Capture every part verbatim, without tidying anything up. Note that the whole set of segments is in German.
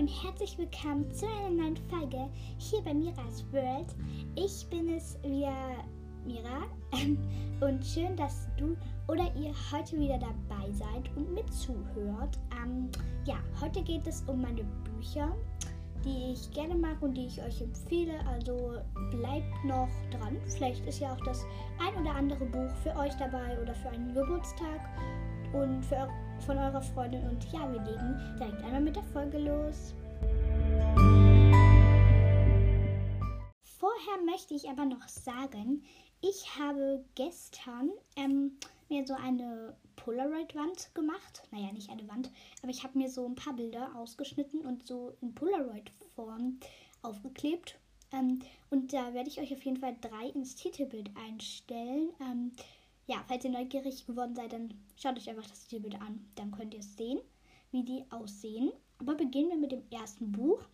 und herzlich willkommen zu einer neuen Folge hier bei Miras World. Ich bin es wieder, Mira, und schön, dass du oder ihr heute wieder dabei seid und mit zuhört. Ähm, ja, heute geht es um meine Bücher, die ich gerne mag und die ich euch empfehle, also bleibt noch dran. Vielleicht ist ja auch das ein oder andere Buch für euch dabei oder für einen Geburtstag und für, von eurer Freundin. Und ja, wir legen direkt einmal mit der Folge los. Vorher möchte ich aber noch sagen, ich habe gestern ähm, mir so eine Polaroid-Wand gemacht. Naja, nicht eine Wand, aber ich habe mir so ein paar Bilder ausgeschnitten und so in Polaroid-Form aufgeklebt. Ähm, und da werde ich euch auf jeden Fall drei ins Titelbild einstellen. Ähm, ja, falls ihr neugierig geworden seid, dann schaut euch einfach das Titelbild an. Dann könnt ihr es sehen, wie die aussehen. Aber beginnen wir mit dem ersten Buch.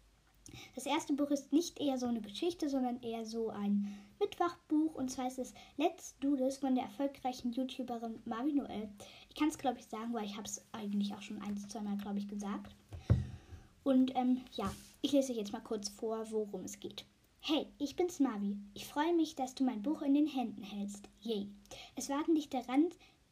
Das erste Buch ist nicht eher so eine Geschichte, sondern eher so ein Mittwochbuch. Und zwar ist es Let's Do This von der erfolgreichen YouTuberin Mavi Noel. Ich kann es, glaube ich, sagen, weil ich habe es eigentlich auch schon ein, zwei Mal, glaube ich, gesagt. Und ähm, ja, ich lese euch jetzt mal kurz vor, worum es geht. Hey, ich bin's Mavi. Ich freue mich, dass du mein Buch in den Händen hältst. Yay. Es warten dich daran,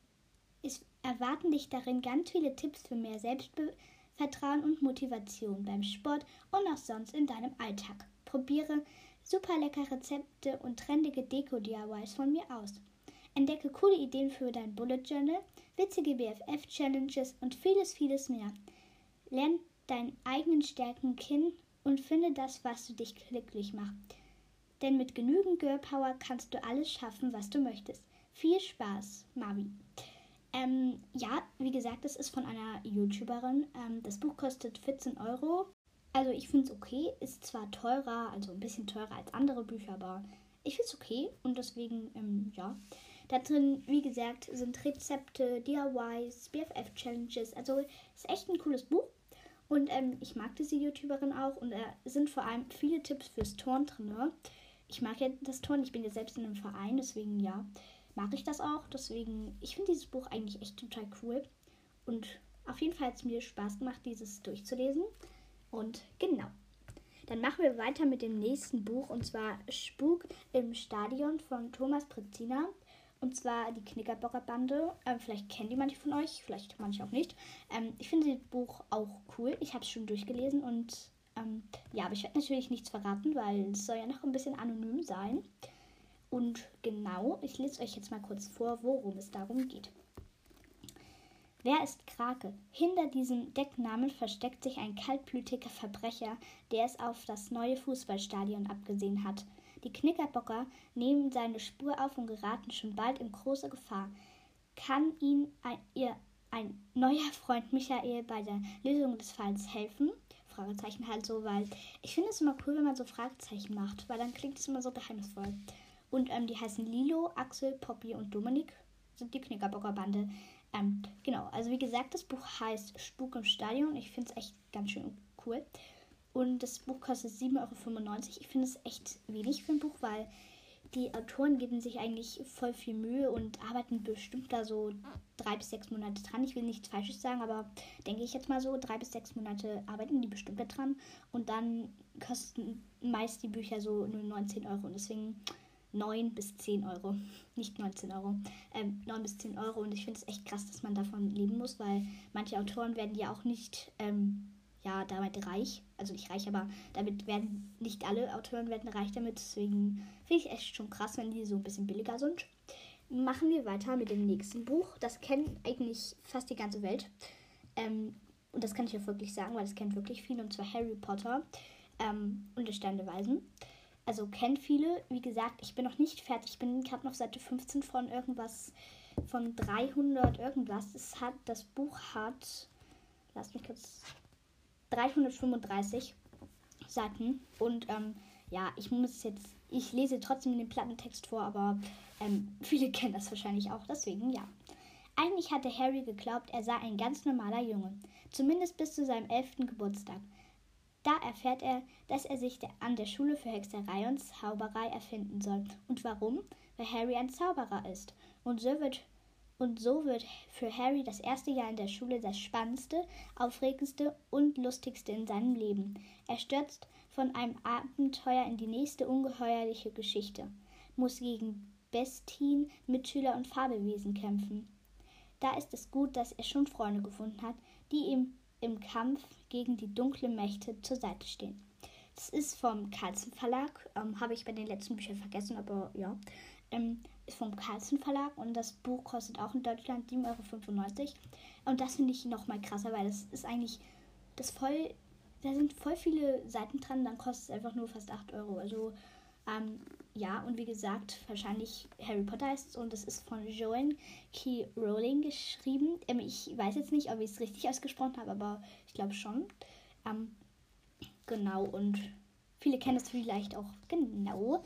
es erwarten dich darin ganz viele Tipps für mehr Selbstvertrauen und Motivation beim Sport und auch sonst in deinem Alltag. Probiere super leckere Rezepte und trendige Deko-D I Ys von mir aus. Entdecke coole Ideen für dein Bullet Journal, witzige B F F-Challenges und vieles, vieles mehr. Lern deinen eigenen Stärken kennen und finde das, was du dich glücklich macht. Denn mit genügend Girl Power kannst du alles schaffen, was du möchtest. Viel Spaß, Mavi. Ähm, ja, wie gesagt, das ist von einer YouTuberin. Ähm, das Buch kostet vierzehn Euro. Also ich finde es okay. Ist zwar teurer, also ein bisschen teurer als andere Bücher, aber ich finde es okay. Und deswegen, ähm, ja. Da drin, wie gesagt, sind Rezepte, D I Ys, B F F-Challenges. Also ist echt ein cooles Buch. Und ähm, ich mag diese YouTuberin auch. Und da äh, sind vor allem viele Tipps fürs Turnen drin. Ich mag ja das Turnen. Ich bin ja selbst in einem Verein, deswegen ja. Mag ich das auch, deswegen, ich finde dieses Buch eigentlich echt total cool und auf jeden Fall hat es mir Spaß gemacht, dieses durchzulesen und genau, dann machen wir weiter mit dem nächsten Buch und zwar Spuk im Stadion von Thomas Brezina und zwar die Knickerbocker Bande, ähm, vielleicht kennen die manche von euch, vielleicht manche auch nicht. Ähm, ich finde das Buch auch cool, ich habe es schon durchgelesen und ähm, ja, aber ich werde natürlich nichts verraten, weil es soll ja noch ein bisschen anonym sein. Und genau, ich lese euch jetzt mal kurz vor, worum es darum geht. Wer ist Krake? Hinter diesem Decknamen versteckt sich ein kaltblütiger Verbrecher, der es auf das neue Fußballstadion abgesehen hat. Die Knickerbocker nehmen seine Spur auf und geraten schon bald in große Gefahr. Kann ihnen ein, ihr, ein neuer Freund Michael bei der Lösung des Falls helfen? Fragezeichen halt so, weil ich finde es immer cool, wenn man so Fragezeichen macht, weil dann klingt es immer so geheimnisvoll. Und ähm, die heißen Lilo, Axel, Poppy und Dominik, sind die Knickerbocker Bande. Ähm, genau, also wie gesagt, das Buch heißt Spuk im Stadion. Ich finde es echt ganz schön cool. Und das Buch kostet sieben Euro fünfundneunzig. Ich finde es echt wenig für ein Buch, weil die Autoren geben sich eigentlich voll viel Mühe und arbeiten bestimmt da so drei bis sechs Monate dran. Ich will nichts Falsches sagen, aber denke ich jetzt mal so, drei bis sechs Monate arbeiten die bestimmt da dran. Und dann kosten meist die Bücher so nur neunzehn Euro. Und deswegen neun bis zehn Euro, nicht neunzehn Euro, ähm, neun bis zehn Euro und ich finde es echt krass, dass man davon leben muss, weil manche Autoren werden ja auch nicht, ähm, ja, damit reich, also nicht reich, aber damit werden nicht alle Autoren werden reich damit, deswegen finde ich echt schon krass, wenn die so ein bisschen billiger sind. Machen wir weiter mit dem nächsten Buch, das kennt eigentlich fast die ganze Welt, ähm, und das kann ich auch wirklich sagen, weil das kennt wirklich viele, und zwar Harry Potter ähm, und der Stein der Weisen. Also kennt viele, wie gesagt, ich bin noch nicht fertig. Ich bin gerade noch auf Seite fünfzehn von irgendwas, von dreihundert irgendwas. Es hat, das Buch hat, lasst mich kurz, dreihundertfünfunddreißig Seiten. Und ähm, ja, ich muss jetzt, ich lese trotzdem den Plattentext vor, aber ähm, viele kennen das wahrscheinlich auch, deswegen ja. Eigentlich hatte Harry geglaubt, er sei ein ganz normaler Junge. Zumindest bis zu seinem elften Geburtstag. Da erfährt er, dass er sich an der Schule für Hexerei und Zauberei erfinden soll. Und warum? Weil Harry ein Zauberer ist. Und so wird, Und so wird für Harry das erste Jahr in der Schule das spannendste, aufregendste und lustigste in seinem Leben. Er stürzt von einem Abenteuer in die nächste ungeheuerliche Geschichte, muss gegen Bestien, Mitschüler und Fabelwesen kämpfen. Da ist es gut, dass er schon Freunde gefunden hat, die ihm im Kampf gegen die dunklen Mächte zur Seite stehen. Das ist vom Carlsen Verlag, ähm, habe ich bei den letzten Büchern vergessen, aber ja. Ähm, ist vom Carlsen Verlag und das Buch kostet auch in Deutschland sieben Euro fünfundneunzig. Und das finde ich noch mal krasser, weil das ist eigentlich das voll, da sind voll viele Seiten dran, dann kostet es einfach nur fast acht Euro. Also ähm, ja, und wie gesagt, wahrscheinlich Harry Potter heißt es und es ist von Joanne K. Rowling geschrieben. Ähm, ich weiß jetzt nicht, ob ich es richtig ausgesprochen habe, aber ich glaube schon. Ähm, genau, und viele kennen es vielleicht auch genau.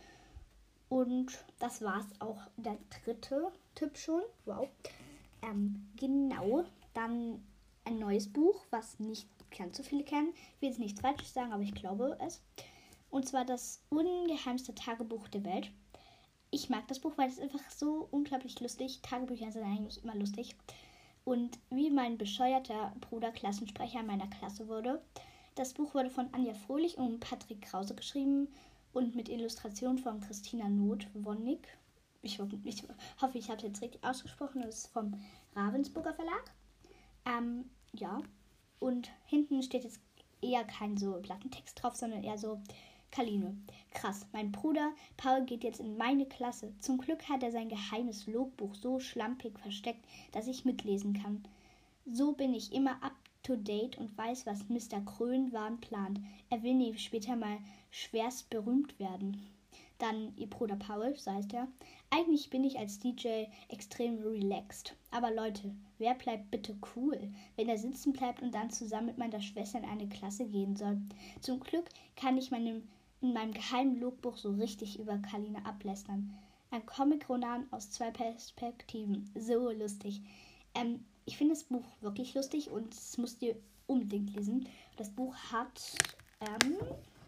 Und das war es auch, der dritte Tipp schon. Wow. Ähm, genau, dann ein neues Buch, was nicht ganz so viele kennen. Ich will jetzt nichts Falsches sagen, aber ich glaube es. Und zwar das ungeheimste Tagebuch der Welt. Ich mag das Buch, weil es einfach so unglaublich lustig. Tagebücher sind eigentlich immer lustig. Und wie mein bescheuerter Bruder Klassensprecher meiner Klasse wurde. Das Buch wurde von Anja Fröhlich und Patrick Krause geschrieben und mit Illustrationen von Christina Notwonnig. Ich, ich hoffe, ich habe es jetzt richtig ausgesprochen. Das ist vom Ravensburger Verlag. Ähm, ja. Und hinten steht jetzt eher kein so Plattentext drauf, sondern eher so Kaline. Krass, mein Bruder Paul geht jetzt in meine Klasse. Zum Glück hat er sein geheimes Logbuch so schlampig versteckt, dass ich mitlesen kann. So bin ich immer up to date und weiß, was Mister Grönwahn plant. Er will nämlich später mal schwerst berühmt werden. Dann ihr Bruder Paul, so heißt er. Eigentlich bin ich als D J extrem relaxed. Aber Leute, wer bleibt bitte cool, wenn er sitzen bleibt und dann zusammen mit meiner Schwester in eine Klasse gehen soll? Zum Glück kann ich meinem, in meinem geheimen Logbuch so richtig über Kaline ablästern. Ein Comic-Roman aus zwei Perspektiven. So lustig. Ähm, ich finde das Buch wirklich lustig und es müsst ihr unbedingt lesen. Das Buch hat... Ähm,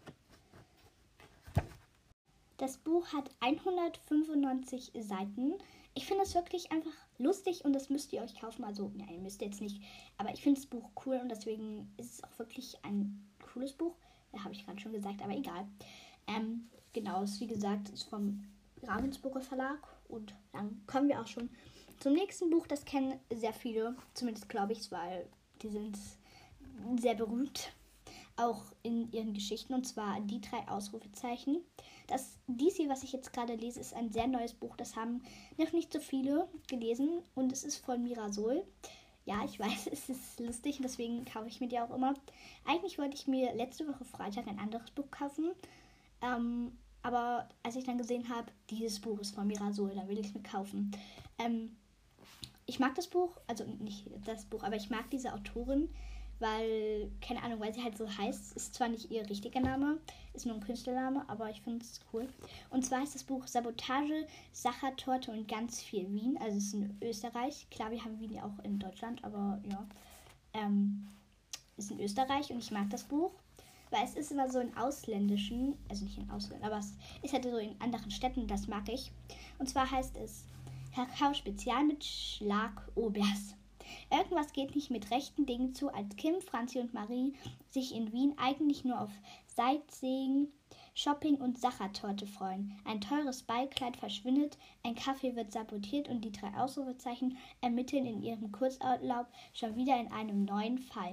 Das Buch hat hundertfünfundneunzig Seiten. Ich finde es wirklich einfach lustig und das müsst ihr euch kaufen. Also, ja, ihr müsst jetzt nicht. Aber ich finde das Buch cool und deswegen ist es auch wirklich ein cooles Buch. Da habe ich gerade schon gesagt, aber egal. Ähm, genau, es ist wie gesagt ist vom Ravensburger Verlag. Und dann kommen wir auch schon zum nächsten Buch. Das kennen sehr viele, zumindest glaube ich, weil die sind sehr berühmt. Auch in ihren Geschichten, und zwar die drei Ausrufezeichen. Das, dies hier, was ich jetzt gerade lese, ist ein sehr neues Buch. Das haben noch nicht so viele gelesen und es ist von Mirasol. Ja, ich weiß, es ist lustig und deswegen kaufe ich mir die auch immer. Eigentlich wollte ich mir letzte Woche Freitag ein anderes Buch kaufen, ähm, aber als ich dann gesehen habe, dieses Buch ist von Mirasol, dann will ich es mir kaufen. Ähm, ich mag das Buch, also nicht das Buch, aber ich mag diese Autorin, weil, keine Ahnung, weil sie halt so heißt. Ist zwar nicht ihr richtiger Name, ist nur ein Künstlername, aber ich finde es cool. Und zwar heißt das Buch Sabotage, Sachertorte und ganz viel Wien. Also es ist in Österreich. Klar, wir haben Wien ja auch in Deutschland, aber ja. Ähm, ist in Österreich und ich mag das Buch, weil es ist immer so in ausländischen, also nicht in Ausländern, aber es ist halt so in anderen Städten, das mag ich. Und zwar heißt es Kakao Spezial mit Schlagobers. Irgendwas geht nicht mit rechten Dingen zu, als Kim, Franzi und Marie sich in Wien eigentlich nur auf Sightseeing, Shopping und Sachertorte freuen. Ein teures Ballkleid verschwindet, ein Kaffee wird sabotiert und die drei Ausrufezeichen ermitteln in ihrem Kurzurlaub schon wieder in einem neuen Fall.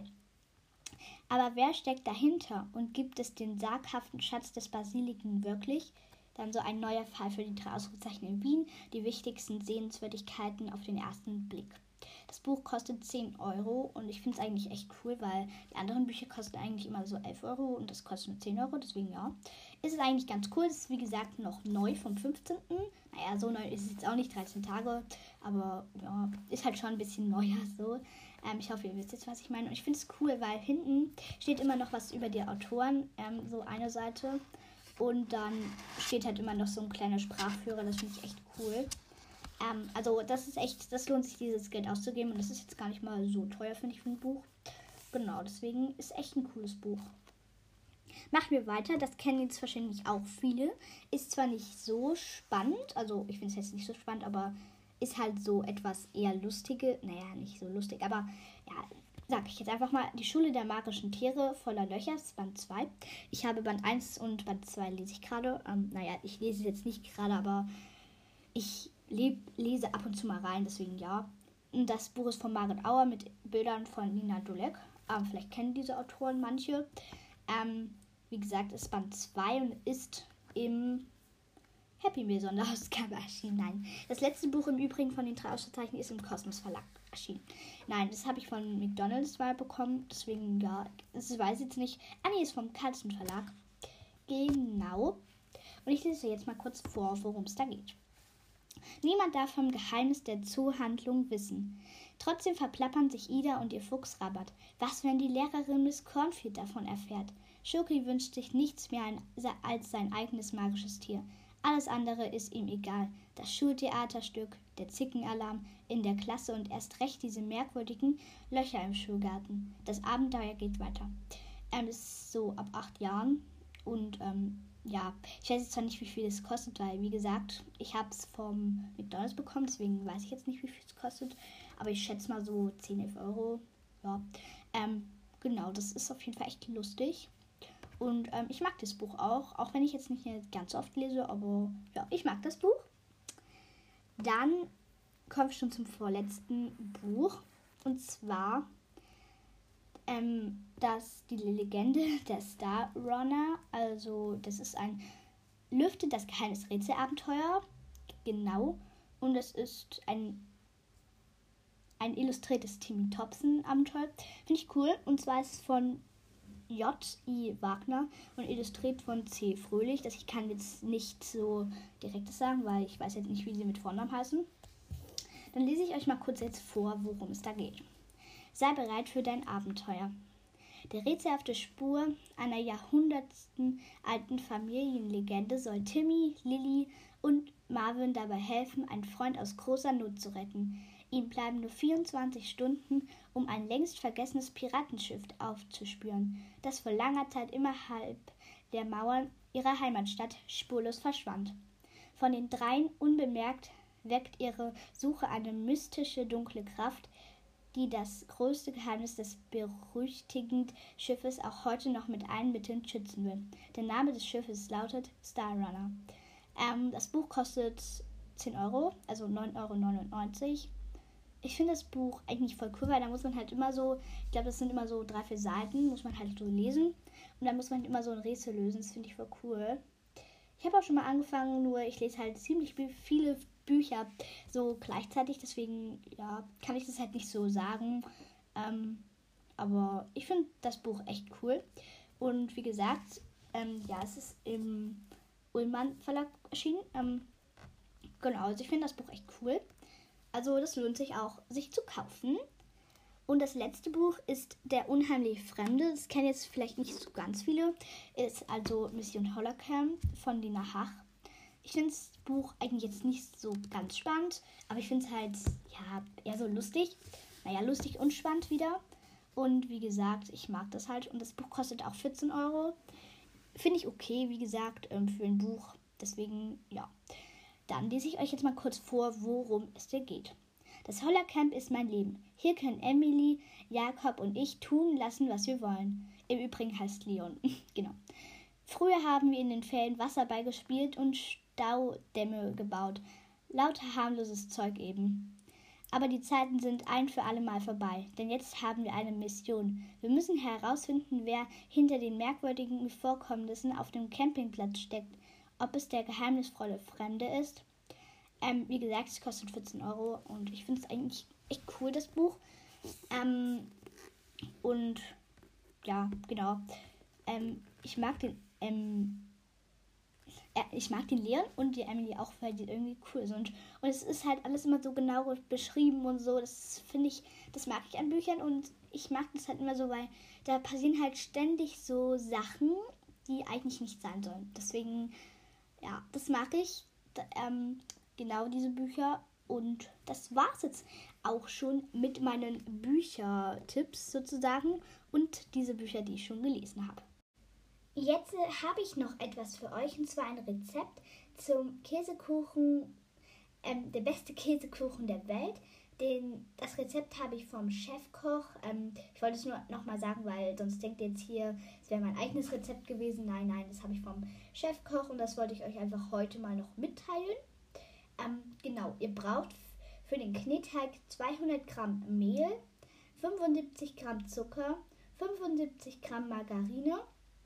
Aber wer steckt dahinter und gibt es den saghaften Schatz des Basiliken wirklich? Dann so ein neuer Fall für die drei Ausrufezeichen in Wien, die wichtigsten Sehenswürdigkeiten auf den ersten Blick. Das Buch kostet zehn Euro und ich finde es eigentlich echt cool, weil die anderen Bücher kosten eigentlich immer so elf Euro und das kostet nur zehn Euro, deswegen ja. Ist es eigentlich ganz cool, es ist wie gesagt noch neu vom fünfzehnten Naja, so neu ist es jetzt auch nicht, dreizehn Tage, aber ja, ist halt schon ein bisschen neuer so. Ähm, ich hoffe, ihr wisst jetzt, was ich meine. Und ich finde es cool, weil hinten steht immer noch was über die Autoren, ähm, so eine Seite. Und dann steht halt immer noch so ein kleiner Sprachführer, das finde ich echt cool. Ähm, also das ist echt, das lohnt sich, dieses Geld auszugeben und das ist jetzt gar nicht mal so teuer, finde ich, für ein Buch. Genau, deswegen ist echt ein cooles Buch. Machen wir weiter, das kennen jetzt wahrscheinlich auch viele. Ist zwar nicht so spannend, also ich finde es jetzt nicht so spannend, aber ist halt so etwas eher lustige, naja, nicht so lustig, aber ja, sag ich jetzt einfach mal, die Schule der magischen Tiere voller Löcher, das ist Band zwei. Ich habe Band eins und Band zwei lese ich gerade. Ähm, naja, ich lese jetzt nicht gerade, aber ich le- lese ab und zu mal rein, deswegen ja. Und das Buch ist von Margit Auer mit Bildern von Nina Dolek. Ähm, vielleicht kennen diese Autoren manche. Ähm, wie gesagt, ist Band zwei und ist im Happy Meal Sonderausgabe erschienen. Nein, das letzte Buch im Übrigen von den drei Ausrufezeichen ist im Kosmos Verlag erschienen. Nein, das habe ich von McDonald's mal bekommen. Deswegen, ja, das weiß ich jetzt nicht. Ah, nee, ist vom Carlsen Verlag. Genau. Und ich lese jetzt mal kurz vor, worum es da geht. Niemand darf vom Geheimnis der Zoohandlung wissen. Trotzdem verplappern sich Ida und ihr Fuchs Rabat. Was, wenn die Lehrerin Miss Cornfield davon erfährt? Schoki wünscht sich nichts mehr als sein eigenes magisches Tier. Alles andere ist ihm egal. Das Schultheaterstück, der Zickenalarm in der Klasse und erst recht diese merkwürdigen Löcher im Schulgarten. Das Abenteuer geht weiter. Ähm, das ist so ab acht Jahren und ähm, ja, ich weiß jetzt zwar nicht, wie viel es kostet, weil, wie gesagt, ich habe es vom McDonald's bekommen, deswegen weiß ich jetzt nicht, wie viel es kostet, aber ich schätze mal so zehn, elf Euro, ja, ähm, genau, das ist auf jeden Fall echt lustig und ähm, ich mag das Buch auch, auch wenn ich jetzt nicht ganz so oft lese, aber ja, ich mag das Buch. Dann kommen wir schon zum vorletzten Buch und zwar Ähm, das die Legende der Star Runner, also das ist ein Lüfte das Geheimnis Rätselabenteuer, genau, und es ist ein ein illustriertes Timmy Thompson Abenteuer, finde ich cool, und zwar ist es von J I Wagner und illustriert von C Fröhlich, das ich kann jetzt nicht so direkt sagen, weil ich weiß jetzt nicht, wie sie mit Vornamen heißen. Dann lese ich euch mal kurz jetzt vor, worum es da geht. Sei bereit für dein Abenteuer. Die rätselhafte Spur einer jahrhunderten alten Familienlegende soll Timmy, Lily und Marvin dabei helfen, einen Freund aus großer Not zu retten. Ihnen bleiben nur vierundzwanzig Stunden, um ein längst vergessenes Piratenschiff aufzuspüren, das vor langer Zeit innerhalb der Mauern ihrer Heimatstadt spurlos verschwand. Von den dreien unbemerkt weckt ihre Suche eine mystische dunkle Kraft, die das größte Geheimnis des berüchtigten Schiffes auch heute noch mit allen Mitteln schützen will. Der Name des Schiffes lautet Star Runner. Ähm, das Buch kostet zehn Euro, also neun Euro neunundneunzig. Ich finde das Buch eigentlich voll cool, weil da muss man halt immer so, ich glaube, das sind immer so drei, vier Seiten, muss man halt so lesen. Und dann muss man immer so ein Rätsel lösen, das finde ich voll cool. Ich habe auch schon mal angefangen, nur ich lese halt ziemlich viele Bücher so gleichzeitig, deswegen ja, kann ich das halt nicht so sagen. Ähm, aber ich finde das Buch echt cool. Und wie gesagt, ähm, ja, es ist im Ullmann Verlag erschienen. Ähm, genau, also ich finde das Buch echt cool. Also das lohnt sich auch, sich zu kaufen. Und das letzte Buch ist Der unheimliche Fremde. Das kennen jetzt vielleicht nicht so ganz viele. Ist also Mission Holocam von Lina Hach. Ich finde das Buch eigentlich jetzt nicht so ganz spannend, aber ich finde es halt ja eher so lustig. Naja, lustig und spannend wieder. Und wie gesagt, ich mag das halt. Und das Buch kostet auch vierzehn Euro. Finde ich okay, wie gesagt, für ein Buch. Deswegen, ja. Dann lese ich euch jetzt mal kurz vor, worum es dir geht. Das Hollercamp ist mein Leben. Hier können Emily, Jakob und ich tun lassen, was wir wollen. Im Übrigen heißt Leon. Genau. Früher haben wir in den Ferien Wasserball gespielt und Staudämme gebaut. Lauter harmloses Zeug eben. Aber die Zeiten sind ein für alle Mal vorbei, denn jetzt haben wir eine Mission. Wir müssen herausfinden, wer hinter den merkwürdigen Vorkommnissen auf dem Campingplatz steckt. Ob es der geheimnisvolle Fremde ist. Ähm, wie gesagt, es kostet vierzehn Euro und ich finde es eigentlich echt cool, das Buch. Ähm, und ja, genau. Ähm, ich mag den ähm, äh, ich mag den Leon und die Emily auch, weil die irgendwie cool sind. Und es ist halt alles immer so genau beschrieben und so. Das finde ich, das mag ich an Büchern und ich mag das halt immer so, weil da passieren halt ständig so Sachen, die eigentlich nicht sein sollen. Deswegen, ja, das mag ich. Da, ähm, genau diese Bücher. Und das war's jetzt auch schon mit meinen Büchertipps sozusagen und diese Bücher, die ich schon gelesen habe. Jetzt äh, habe ich noch etwas für euch, und zwar ein Rezept zum Käsekuchen ähm, der beste Käsekuchen der Welt. Den, das Rezept habe ich vom Chefkoch. Ähm, ich wollte es nur nochmal sagen, weil sonst denkt ihr jetzt hier, es wäre mein eigenes Rezept gewesen. Nein, nein, das habe ich vom Chefkoch und das wollte ich euch einfach heute mal noch mitteilen. Ähm, genau, ihr braucht für den Knetteig zweihundert Gramm Mehl, fünfundsiebzig Gramm Zucker, fünfundsiebzig Gramm Margarine,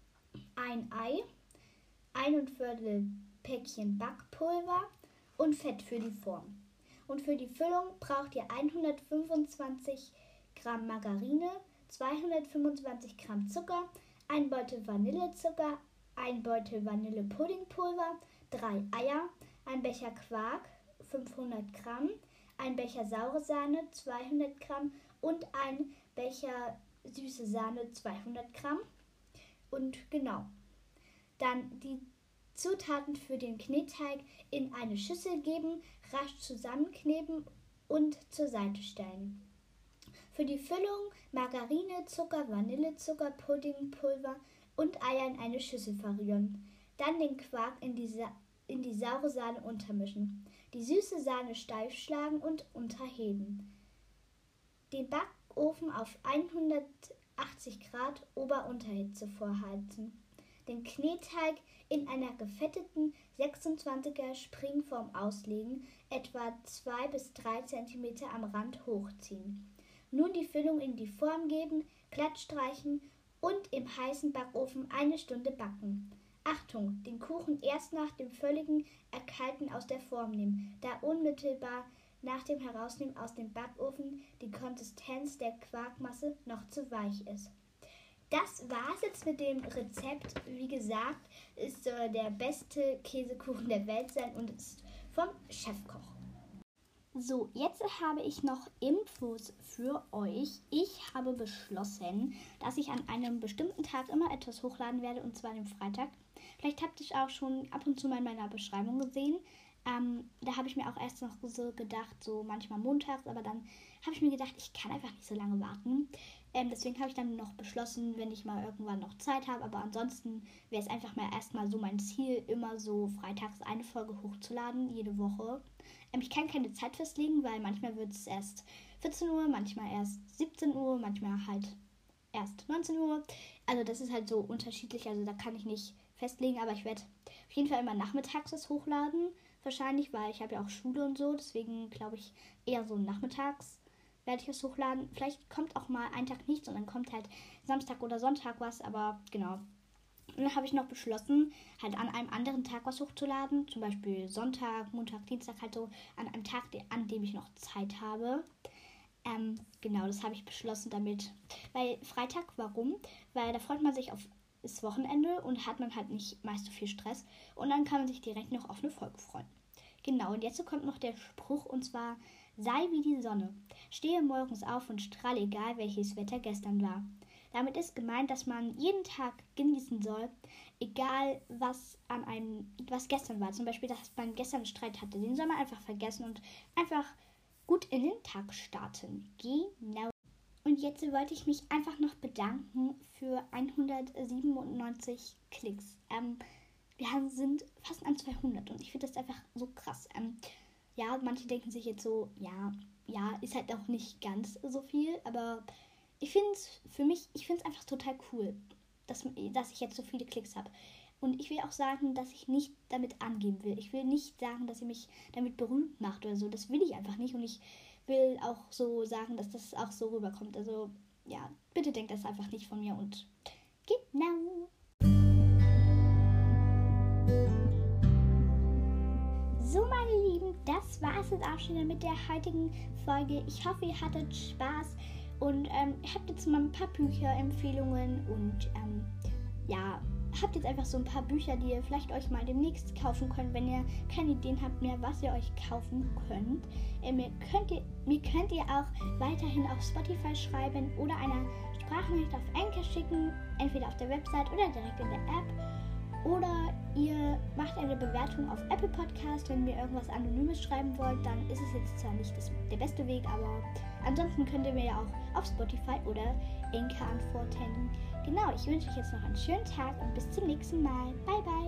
ein Ei, ein Viertel Päckchen Backpulver und Fett für die Form. Und für die Füllung braucht ihr hundertfünfundzwanzig Gramm Margarine, zweihundertfünfundzwanzig Gramm Zucker, ein Beutel Vanillezucker, ein Beutel Vanillepuddingpulver, drei Eier, ein Becher Quark, fünfhundert Gramm, ein Becher saure Sahne, zweihundert Gramm und ein Becher süße Sahne, zweihundert Gramm. Und genau, dann die Zutaten für den Knetteig in eine Schüssel geben, rasch zusammenkneten und zur Seite stellen. Für die Füllung Margarine, Zucker, Vanillezucker, Puddingpulver und Eier in eine Schüssel verrühren. Dann den Quark in die, Sa- in die saure Sahne untermischen. Die süße Sahne steif schlagen und unterheben. Den Backofen auf hundertachtzig Grad Ober-Unterhitze vorheizen. Den Knetteig in einer gefetteten sechsundzwanziger Springform auslegen, etwa zwei bis drei Zentimeter am Rand hochziehen. Nun die Füllung in die Form geben, glatt streichen und im heißen Backofen eine Stunde backen. Achtung, den Kuchen erst nach dem völligen Erkalten aus der Form nehmen, da unmittelbar nach dem Herausnehmen aus dem Backofen die Konsistenz der Quarkmasse noch zu weich ist. Das war's jetzt mit dem Rezept. Wie gesagt, es soll der beste Käsekuchen der Welt sein und ist vom Chefkoch. So, jetzt habe ich noch Infos für euch. Ich habe beschlossen, dass ich an einem bestimmten Tag immer etwas hochladen werde, und zwar den Freitag. Vielleicht habt ihr es auch schon ab und zu mal in meiner Beschreibung gesehen. Ähm, da habe ich mir auch erst noch so gedacht, so manchmal montags, aber dann habe ich mir gedacht, ich kann einfach nicht so lange warten. Ähm, deswegen habe ich dann noch beschlossen, wenn ich mal irgendwann noch Zeit habe, aber ansonsten wäre es einfach mal erstmal so mein Ziel, immer so freitags eine Folge hochzuladen, jede Woche. Ähm, ich kann keine Zeit festlegen, weil manchmal wird es erst vierzehn Uhr, manchmal erst siebzehn Uhr, manchmal halt erst neunzehn Uhr. Also das ist halt so unterschiedlich, also da kann ich nicht festlegen, aber ich werde auf jeden Fall immer nachmittags das hochladen, wahrscheinlich, weil ich habe ja auch Schule und so, deswegen glaube ich eher so nachmittags werde ich es hochladen. Vielleicht kommt auch mal ein Tag nichts und dann kommt halt Samstag oder Sonntag was, aber genau. Und dann habe ich noch beschlossen, halt an einem anderen Tag was hochzuladen, zum Beispiel Sonntag, Montag, Dienstag, halt so an einem Tag, an dem ich noch Zeit habe. Ähm, genau, das habe ich beschlossen damit. Weil Freitag, warum? Weil da freut man sich auf das Wochenende und hat man halt nicht meist so viel Stress und dann kann man sich direkt noch auf eine Folge freuen. Genau, und jetzt kommt noch der Spruch, und zwar: Sei wie die Sonne, stehe morgens auf und strahle, egal welches Wetter gestern war. Damit ist gemeint, dass man jeden Tag genießen soll, egal was an einem, was gestern war. Zum Beispiel, dass man gestern einen Streit hatte, den soll man einfach vergessen und einfach gut in den Tag starten. Genau. Und jetzt wollte ich mich einfach noch bedanken für hundertsiebenundneunzig Klicks. Ähm, wir haben, sind fast an zweihundert und ich finde das einfach so krass. Ähm, ja, manche denken sich jetzt so, ja, ja, ist halt auch nicht ganz so viel, aber ich finde es für mich, ich finde es einfach total cool, dass, dass ich jetzt so viele Klicks habe. Und ich will auch sagen, dass ich nicht damit angeben will. Ich will nicht sagen, dass ihr mich damit berühmt macht oder so. Das will ich einfach nicht. Und ich will auch so sagen, dass das auch so rüberkommt. Also, ja, bitte denkt das einfach nicht von mir. Und genau. So, meine Lieben, das war es jetzt auch schon mit der heutigen Folge. Ich hoffe, ihr hattet Spaß und ähm, habt jetzt mal ein paar Bücherempfehlungen und ähm, ja, habt jetzt einfach so ein paar Bücher, die ihr vielleicht euch mal demnächst kaufen könnt, wenn ihr keine Ideen habt mehr, was ihr euch kaufen könnt. Ähm, mir, könnt ihr, mir könnt ihr auch weiterhin auf Spotify schreiben oder eine Sprachnachricht auf Anchor schicken, entweder auf der Website oder direkt in der App. Oder ihr macht eine Bewertung auf Apple Podcast. Wenn ihr irgendwas Anonymes schreiben wollt, dann ist es jetzt zwar nicht das, der beste Weg, aber ansonsten könnt ihr mir ja auch auf Spotify oder Anchor antworten. Genau, ich wünsche euch jetzt noch einen schönen Tag und bis zum nächsten Mal. Bye, bye!